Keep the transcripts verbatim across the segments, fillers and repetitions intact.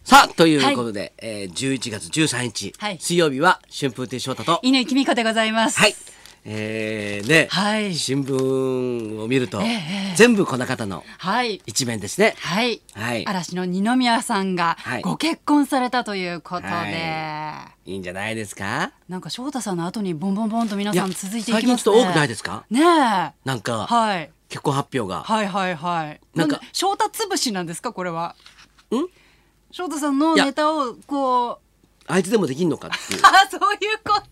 さあということで、はい、えー、じゅういちがつじゅうさんにち、はい、水曜日は春風亭昇太と乾きみかでございます。 はい、えーね、はい、新聞を見ると、えー、全部この方の一面ですね。 はい、はい、嵐の二宮さんがご結婚されたということで、 はい、いいんじゃないですか。 なんか昇太さんの後にボンボンボンと皆さん続いていきますね。 最近ちょっと多くないですかねえ。 なんか、はい、結婚発表がはいはいはい。なんか昇太つぶしなんですかこれは。ん翔太さんのネタをこうあいつでもできんのかっていうあそういうこと、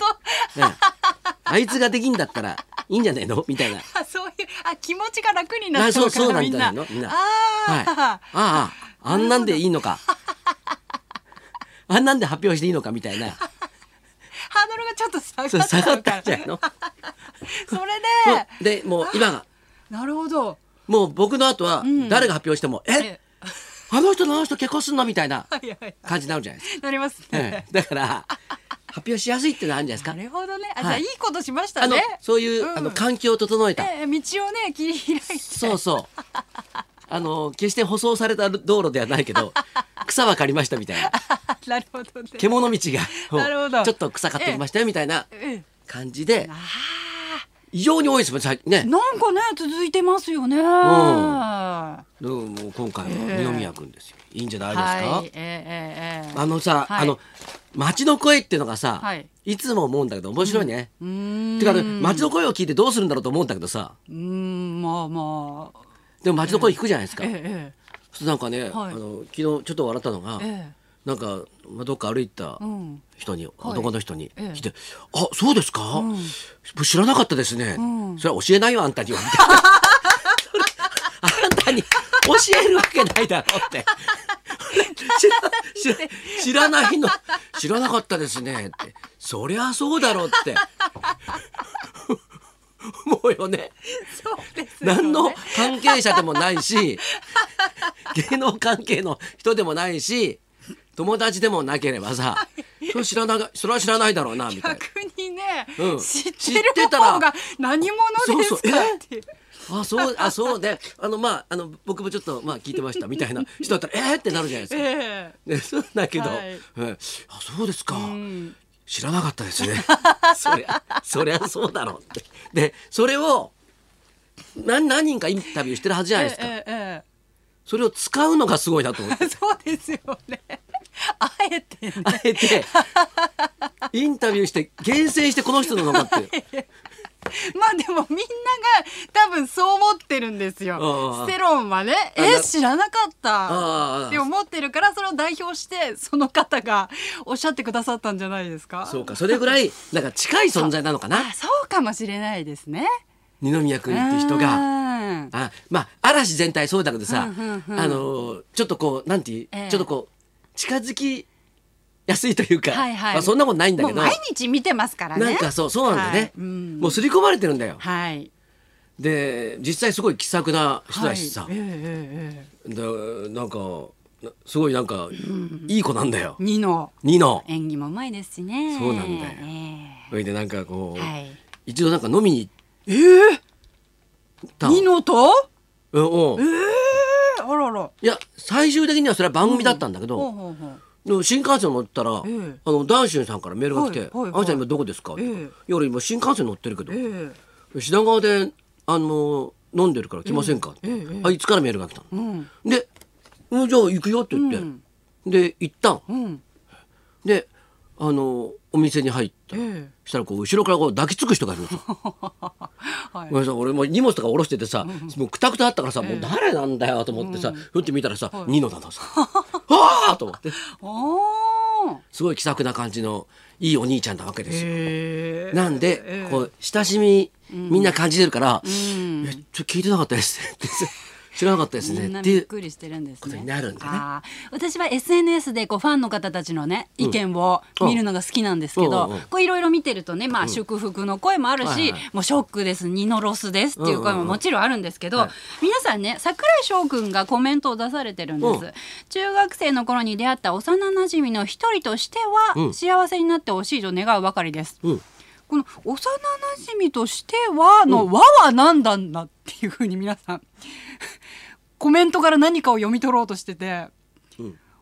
ね、あいつができんだったらいいんじゃないのみたいなあそういうあ気持ちが楽になったのかなみんな。 みんなあ、はい、あああんなんでいいのかあんなんで発表していいのかみたいなハードルがちょっと下がった下がったんじゃないのそれででもう今がなるほどもう僕の後は誰が発表しても、うん、えあの人のあの人結婚すんのみたいな感じになるじゃないですか。 なりますね、 うん、だから発表しやすいってのはあるんじゃないですか。 なるほどね。あ、はい、じゃあいいことしましたね。 あのそういう、うん、あの環境を整えた、 えー、道をね切り開いてそうそうあの決して舗装された道路ではないけど草は刈りましたみたいななるほど、ね、 獣道がなるほどちょっと草刈ってきましたよみたいな感じで、えー、異常に多いですもんね。 なんかね続いてますよね、うん、 もう今回は二宮君ですよ、えー、いいんじゃないですか、はいえーえー、あのさ、はい、あの街の声っていうのがさ、はい、いつも思うんだけど面白いね、うん、てか、ね、街の声を聞いてどうするんだろうと思うんだけどさ、 うーんまあまあでも街の声聞くじゃないですか、えーえー、なんかね、はい、あの昨日ちょっと笑ったのが、えー、なんかどっか歩いた人に、うん、男の人に来て、はい、あそうですか、うん、知らなかったですね、うん、それは教えないよあんたにはみたいなあんたに教えるわけないだろうって知ら、知ら、知らないの知らなかったですねってそりゃそうだろうってもうよね、 そうですよね、 何の関係者でもないし芸能関係の人でもないし友達でもなければさそれ知らなそれは知らないだろうなみたいな。 逆にね、 うん、 知ってる方が何者ですかっていう。 あそうあそうであのまああの僕もちょっとまあ聞いてましたみたいな人だったらえーってなるじゃないですか、えーね、そうだけど、はいえー、あそうですか、うん知らなかったですねそりゃそりゃそうだろうってでそれを 何, 何人かインタビューしてるはずじゃないですか、ええええ、それを使うのがすごいなと思ってそうですよねあえて、ね、 あえてインタビューして厳選してこの人なのかってまあでもみんなが多分そう思ってるんですよ。世論はねえ知らなかったって思ってるからそれを代表してその方がおっしゃってくださったんじゃないですか。 そうかそれぐらいなんか近い存在なのかな。 あそうかもしれないですね。 二宮君って人があまあ嵐全体そうだけどさ、うんうんうん、あのちょっとこうなんていう、えー、ちょっとこう近づき安いというか、はいはいまあ、そんなもんないんだけどもう毎日見てますからね。 なんかそうそうなんだよね、はいうん、もう刷り込まれてるんだよ、はい、で実際すごい気さくな人だしさ、はいえーえー、だなんかすごいなんか、うん、いい子なんだよ。 ニノニノ演技もうまいですしね。 そうなんだよ、えー、それでなんかこう、はい、一度なんか飲みにえー、ニノとうんうんえー、あららいや最終的にはそれは番組だったんだけど、うん、ほうほうほう新幹線乗ったら、ええ、あのダンシュンさんからメールが来て「はいはいはい、あんちゃん今どこですか?」ええ、いや俺今新幹線乗ってるけど、ええ、品川であの飲んでるから来ませんか?」ええ、あいつからメールが来たの、うん、で「じゃあ行くよ」って言って、うん、で行ったん、うん、であのお店に入った、ええ、したらこう後ろからこう抱きつく人がいるんですよはい、俺も荷物とか下ろしててさ、うん、もうくたくたあったからさ、ええ、もう誰なんだよと思ってさ、うん、ふって見たらさ、はい、ニノだとさわーと思ってすごい気さくな感じのいいお兄ちゃんなわけですよ、えー、なんで、えー、こう親しみみんな感じてるから、うん、えちょっと聞いてなかったですって知らなかったですねみんなびっくりしてるんですねことになるんだね。あ私は エスエヌエス でこうファンの方たちのね意見を見るのが好きなんですけど、こういろいろ見てるとね、まあ、祝福の声もあるし、うんはいはい、もうショックですニノロスですっていう声ももちろんあるんですけど、うんうんうん、皆さんね櫻井翔くんがコメントを出されてるんです、うん、中学生の頃に出会った幼なじみの一人としては、うん、幸せになってほしいと願うばかりです、うんこの幼なじみとしてはの和は何なんだっていうふうに皆さんコメントから何かを読み取ろうとしてて、うん、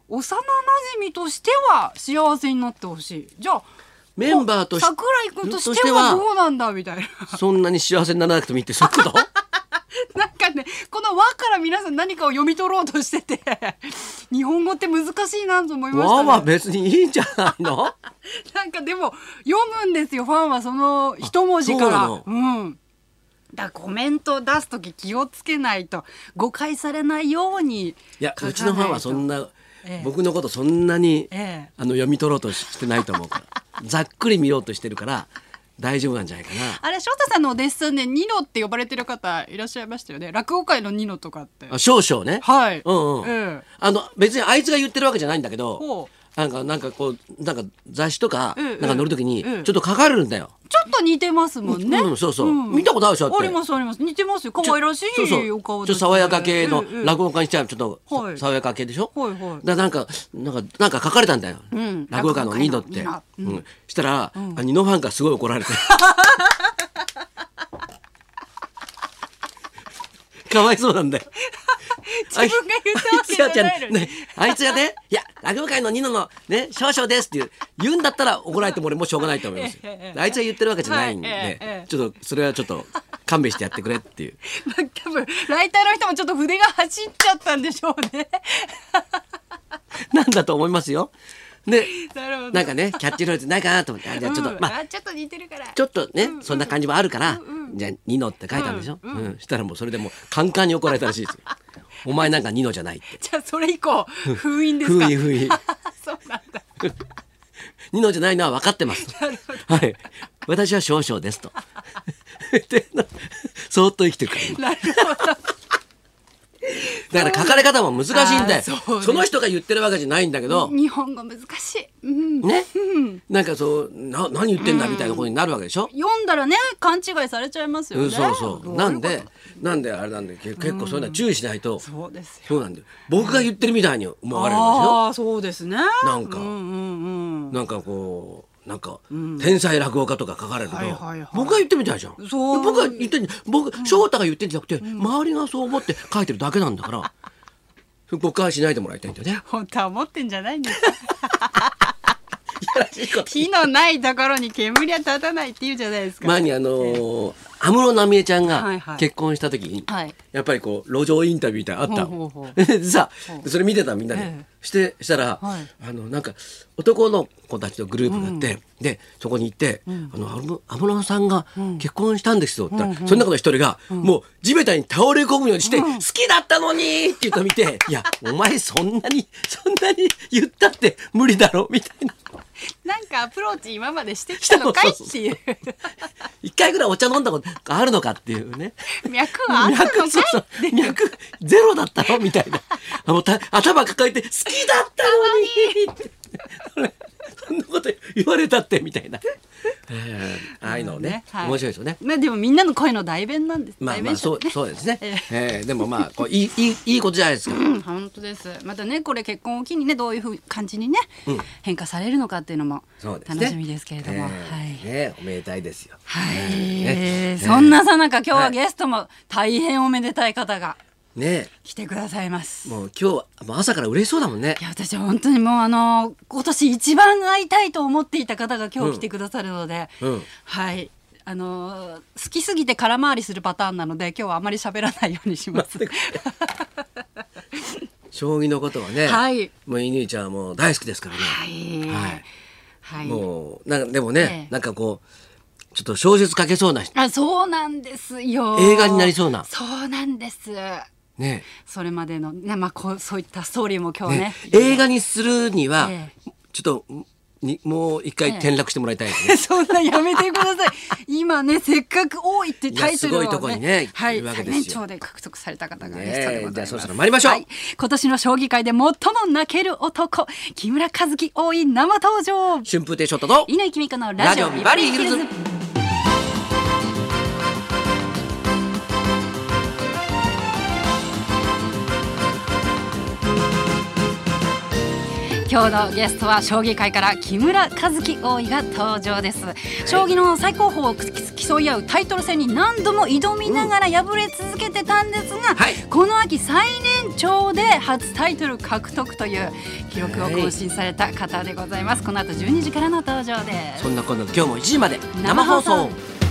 幼馴染としては幸せになってほしい。じゃあメンバーとし桜井君としてはどうなんだみたいな。 そんなに幸せにならなくてもいいってそういうことなんかね、この和から皆さん何かを読み取ろうとしてて日本語って難しいなと思いましたね。 和は別にいいんじゃないのなんかでも読むんですよ、ファンはその一文字から。うん。だからコメントを出すとき気をつけないと誤解されないように。 いやうちのファンはそんな、ええ、僕のことそんなに、ええ、あの読み取ろうとしてないと思うからざっくり見ようとしてるから大丈夫なんじゃないかな。 あれ翔太さんのお弟子さんでニノって呼ばれてる方いらっしゃいましたよね。落語界のニノとかって。 あ少々ね。 はい、 うんうん、ええ、あの別にあいつが言ってるわけじゃないんだけど、なんかなんかこうなんか雑誌とか、ええ、なんか載るときにちょっと書かれるんだよ。 ちょっと似てますもんね。 うん、そうそう、うん、見たことあるでしょ。 ありますあります。似てますよ。可愛らしいそうそうお顔で。ちょっと爽やか系の、ええ、落語家にしちゃうちょっと、はい、爽やか系でしょ。はいはい。だなんかなんかなんか書かれたんだよ。うん、落語家のニノって。うん。うん、したら、うん、ニノファンからすごい怒られて。かわいそうなんだよ。 自分が言ったわけじゃないのに、ね、 あいつがね、いや落語界のニノのね少々ですっていう言うんだったら怒られても俺もしょうがないと思いますよ。あいつが言ってるわけじゃないんで、はいええ、ちょっとそれはちょっと勘弁してやってくれっていう。 多分ライターの人もちょっと筆が走っちゃったんでしょうね。 なんだと思いますよ。でな, なんかねキャッチフレーズないかなと思って、あじゃあちょっと、うん、まあちょっと似てるからちょっとね、うんうん、そんな感じもあるから、うんうん、じゃあニノって書いたんでしょ、うんうんうん、したらもうそれでもうカンカンに怒られたらしいですよ。お前なんかニノじゃないって。 じゃあそれ以降封印ですか。 封印封印そうなんだ。 ニノじゃないのは分かってます。はい、私は少々ですとそーっと生きてくる。 なるほど。 だから書かれ方も難しいんだよ。 そ, その人が言ってるわけじゃないんだけど、 日本語難しい、うん、 ね、うん、なんかそうな何言ってんだみたいなことになるわけでしょ、 うん、読んだらね勘違いされちゃいますよね、うん、 そうそうなんでなんであれなんで結構そういうのは注意しないと、うん、 そうですよ。 そうなんだよ。僕が言ってるみたいに思われるんですよ。 ああそうですね。 なんか、うんうんうん、なんかこうなんか、うん、天才落語家とか書かれると、はいはいはい、僕が言ってみたいじゃん。そう僕が言ってん僕、うん、翔太が言ってんじゃなくて、うん、周りがそう思って書いてるだけなんだから誤解しないでもらいたいんだよね。 本当は思ってんじゃないんですか。火のないところに煙は立たないって言うじゃないですか。 前にあのー、安室奈美恵ちゃんが結婚した時に、はいはい、やっぱりこう路上インタビューみたいなのあった。ほうほうほうでさそれ見てたみんなで、ええ、してしたら、はい、あのなんか男の子たちのグループがあって、うん、でそこに行って、うん、あの安室さんが結婚したんですよって言ったら、うん、その中の一人が、うん、もう地べたに倒れ込むようにして、うん、好きだったのにって言ったの見ていやお前そんなにそんなに言ったって無理だろみたいな。 なんかアプローチ今までしてきたのかいっていう。 一回ぐらいお茶飲んだことあるのかっていうね。 脈はあったのかいそうそう脈ゼロだったのみたいな。あのた頭抱えて好きだったのにってそんなこと言われたってみたいな。えー、ああいうのね、ねはい、面白いですよね。 まあでもみんなの声の代弁なんです。 まあまあそう、そうですね。えーえー、でもまあこういいいいいいことじゃないですか。うん、 本当です。またねこれ結婚を機にねどういうふう感じにね、うん、変化されるのかっていうのも楽しみですけれども、ねえー、はいねおめでたいですよ。 はい。ね、そんなさなか今日はゲストも大変おめでたい方が。ね、来てくださいます。 もう今日はもう朝から嬉しそうだもんね。 いや私本当にもうあの今年一番会いたいと思っていた方が今日来てくださるので、うんうん、はいあの好きすぎて空回りするパターンなので今日はあまり喋らないようにします。 将棋のことはね、はい、もう乾ちゃんはもう大好きですからね。はい、 はいはい、もうなんかでもね、ええ、なんかこうちょっと小説書けそうな人。 あそうなんですよ。 映画になりそうな。 そうなんです。 ね、 それまでの、ねまあ、こうそういったストーリーも今日ね、ね映画にするには、ええ、ちょっとにもう一回転落してもらいたいですね、ええ、 そんなやめてください。今ねせっかく多いってタイトルを、ね、 すごいとこにね、 はい、最年長で獲得された方がゲストでございます、ね、 じゃあそろそろ参りましょう、はい、 今年の将棋界で最も泣ける男木村一基王位生登場。 春風亭昇太と乾きみかのラジオビバリーヒルズ。 今日のゲストは将棋界から木村一基王位が登場です。将棋の最高峰を競い合うタイトル戦に何度も挑みながら敗れ続けてたんですが、はい、この秋最年長で初タイトル獲得という記録を更新された方でございます。この後じゅうにじからの登場です。 そんなこんな今日もいちじまで生放送。